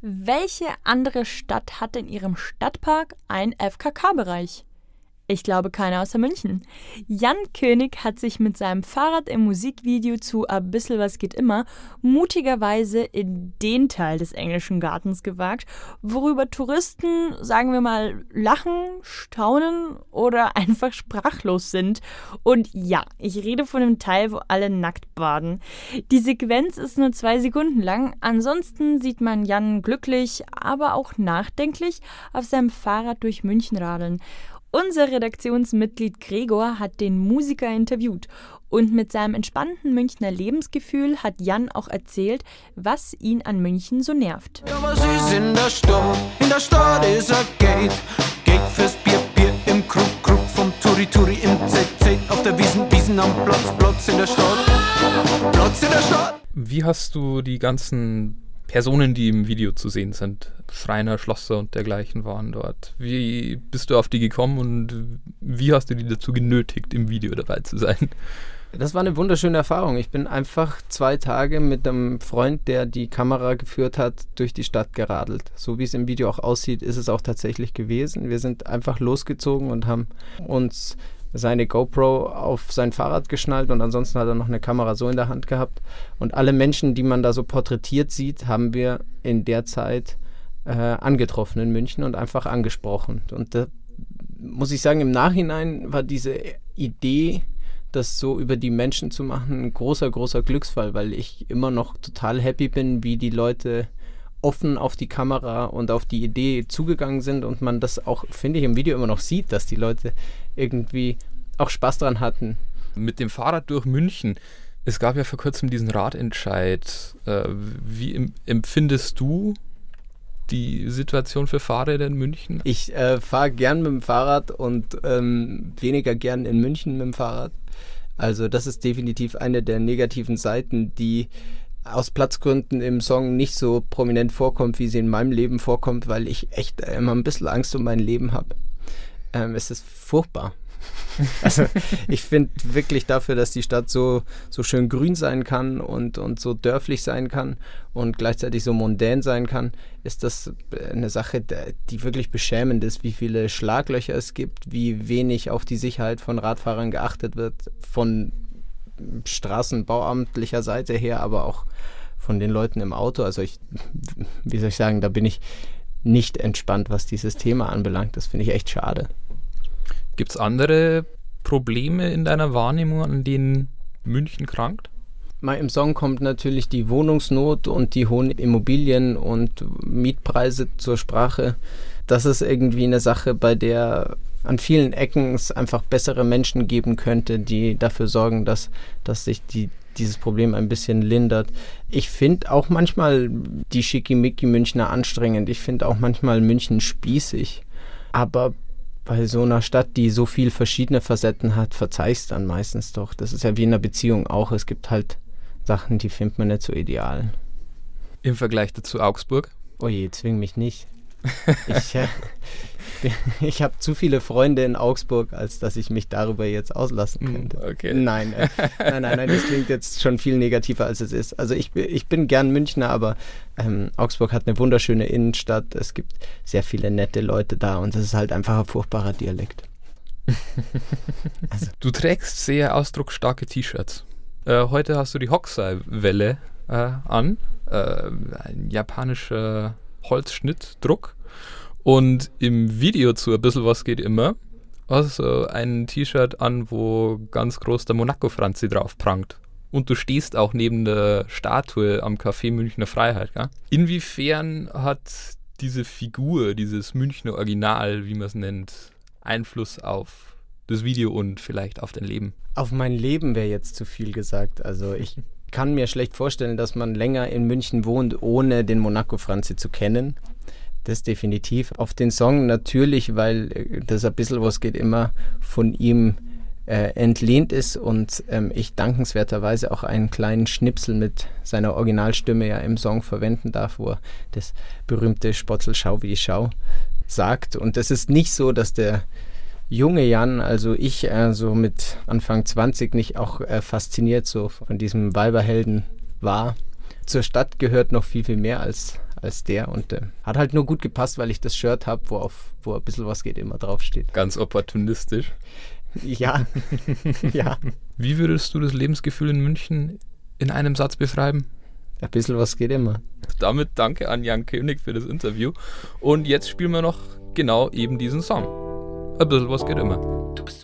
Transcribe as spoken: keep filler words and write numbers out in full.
Welche andere Stadt hat in ihrem Stadtpark einen F K K-Bereich? Ich glaube, keine außer München. Jan König hat sich mit seinem Fahrrad im Musikvideo zu A bissl was geht immer mutigerweise in den Teil des englischen Gartens gewagt, worüber Touristen, sagen wir mal, lachen, staunen oder einfach sprachlos sind. Und ja, ich rede von dem Teil, wo alle nackt baden. Die Sequenz ist nur zwei Sekunden lang, ansonsten sieht man Jan glücklich, aber auch nachdenklich auf seinem Fahrrad durch München radeln. Unser Redaktionsmitglied Gregor hat den Musiker interviewt und mit seinem entspannten Münchner Lebensgefühl hat Jan auch erzählt, was ihn an München so nervt. Ja, was ist in der Stadt? In der Stadt ist ein Gate. Gate fürs Bier, Bier im Krug, Krug vom Turi, Turi im Z Z. Auf der Wiesen, Wiesen am Platz, Platz in der Stadt. Platz in der Stadt. Wie hast du die ganzen Personen, die im Video zu sehen sind, Schreiner, Schlosser und dergleichen waren dort. Wie bist du auf die gekommen und wie hast du die dazu genötigt, im Video dabei zu sein? Das war eine wunderschöne Erfahrung. Ich bin einfach zwei Tage mit einem Freund, der die Kamera geführt hat, durch die Stadt geradelt. So wie es im Video auch aussieht, ist es auch tatsächlich gewesen. Wir sind einfach losgezogen und haben uns seine GoPro auf sein Fahrrad geschnallt und ansonsten hat er noch eine Kamera so in der Hand gehabt. Und alle Menschen, die man da so porträtiert sieht, haben wir in der Zeit äh, angetroffen in München und einfach angesprochen. Und da muss ich sagen, im Nachhinein war diese Idee, das so über die Menschen zu machen, ein großer, großer Glücksfall, weil ich immer noch total happy bin, wie die Leute offen auf die Kamera und auf die Idee zugegangen sind und man das auch, finde ich, im Video immer noch sieht, dass die Leute irgendwie auch Spaß dran hatten. Mit dem Fahrrad durch München, es gab ja vor kurzem diesen Radentscheid. Äh, wie em- empfindest du die Situation für Fahrräder in München? Ich äh, fahre gern mit dem Fahrrad und ähm, weniger gern in München mit dem Fahrrad. Also das ist definitiv eine der negativen Seiten, die aus Platzgründen im Song nicht so prominent vorkommt, wie sie in meinem Leben vorkommt, weil ich echt immer ein bisschen Angst um mein Leben habe. Ähm, es ist furchtbar. Also ich finde wirklich dafür, dass die Stadt so, so schön grün sein kann und, und so dörflich sein kann und gleichzeitig so mondän sein kann, ist das eine Sache, die wirklich beschämend ist, wie viele Schlaglöcher es gibt, wie wenig auf die Sicherheit von Radfahrern geachtet wird, von straßenbauamtlicher Seite her, aber auch von den Leuten im Auto. Also ich, wie soll ich sagen, da bin ich nicht entspannt, was dieses Thema anbelangt. Das finde ich echt schade. Gibt es andere Probleme in deiner Wahrnehmung, an denen München krankt? Mal im Song kommt natürlich die Wohnungsnot und die hohen Immobilien- und Mietpreise zur Sprache. Das ist irgendwie eine Sache, bei der an vielen Ecken es einfach bessere Menschen geben könnte, die dafür sorgen, dass, dass sich die, dieses Problem ein bisschen lindert. Ich finde auch manchmal die Schickimicki-Münchner anstrengend. Ich finde auch manchmal München spießig. Aber bei so einer Stadt, die so viel verschiedene Facetten hat, verzeih's dann meistens doch. Das ist ja wie in einer Beziehung auch. Es gibt halt Sachen, die findet man nicht so ideal. Im Vergleich dazu Augsburg? Oh je, zwing mich nicht. Ich, äh, ich habe zu viele Freunde in Augsburg, als dass ich mich darüber jetzt auslassen könnte. Okay. Nein, äh, nein, nein, nein, das klingt jetzt schon viel negativer, als es ist. Also ich, ich bin gern Münchner, aber ähm, Augsburg hat eine wunderschöne Innenstadt. Es gibt sehr viele nette Leute da und es ist halt einfach ein furchtbarer Dialekt. Also. Du trägst sehr ausdrucksstarke T-Shirts. Äh, heute hast du die Hokusai-Welle äh, an, äh, ein japanischer Holzschnittdruck. Und im Video zu A bissl was geht immer hast du ein T-Shirt an, wo ganz groß der Monaco-Franzi drauf prangt. Und du stehst auch neben der Statue am Café Münchner Freiheit. Gell? Inwiefern hat diese Figur, dieses Münchner Original, wie man es nennt, Einfluss auf das Video und vielleicht auf dein Leben? Auf mein Leben wäre jetzt zu viel gesagt. Also ich kann mir schlecht vorstellen, dass man länger in München wohnt, ohne den Monaco-Franzi zu kennen. Das definitiv. Auf den Song natürlich, weil das ein bisschen was geht immer von ihm äh, entlehnt ist und ähm, ich dankenswerterweise auch einen kleinen Schnipsel mit seiner Originalstimme ja im Song verwenden darf, wo er das berühmte Spotzel Schau wie ich schau sagt. Und es ist nicht so, dass der junge Jan, also ich, äh, so mit Anfang zwanzig nicht auch äh, fasziniert so von diesem Weiberhelden war. Zur Stadt gehört noch viel, viel mehr als als der und äh, hat halt nur gut gepasst, weil ich das Shirt habe, wo, auf, wo ein bisschen was geht immer draufsteht. Ganz opportunistisch. Ja, ja. Wie würdest du das Lebensgefühl in München in einem Satz beschreiben? Ein bisschen was geht immer. Damit danke an Jan König für das Interview. Und jetzt spielen wir noch genau eben diesen Song. Ein bisschen was geht immer.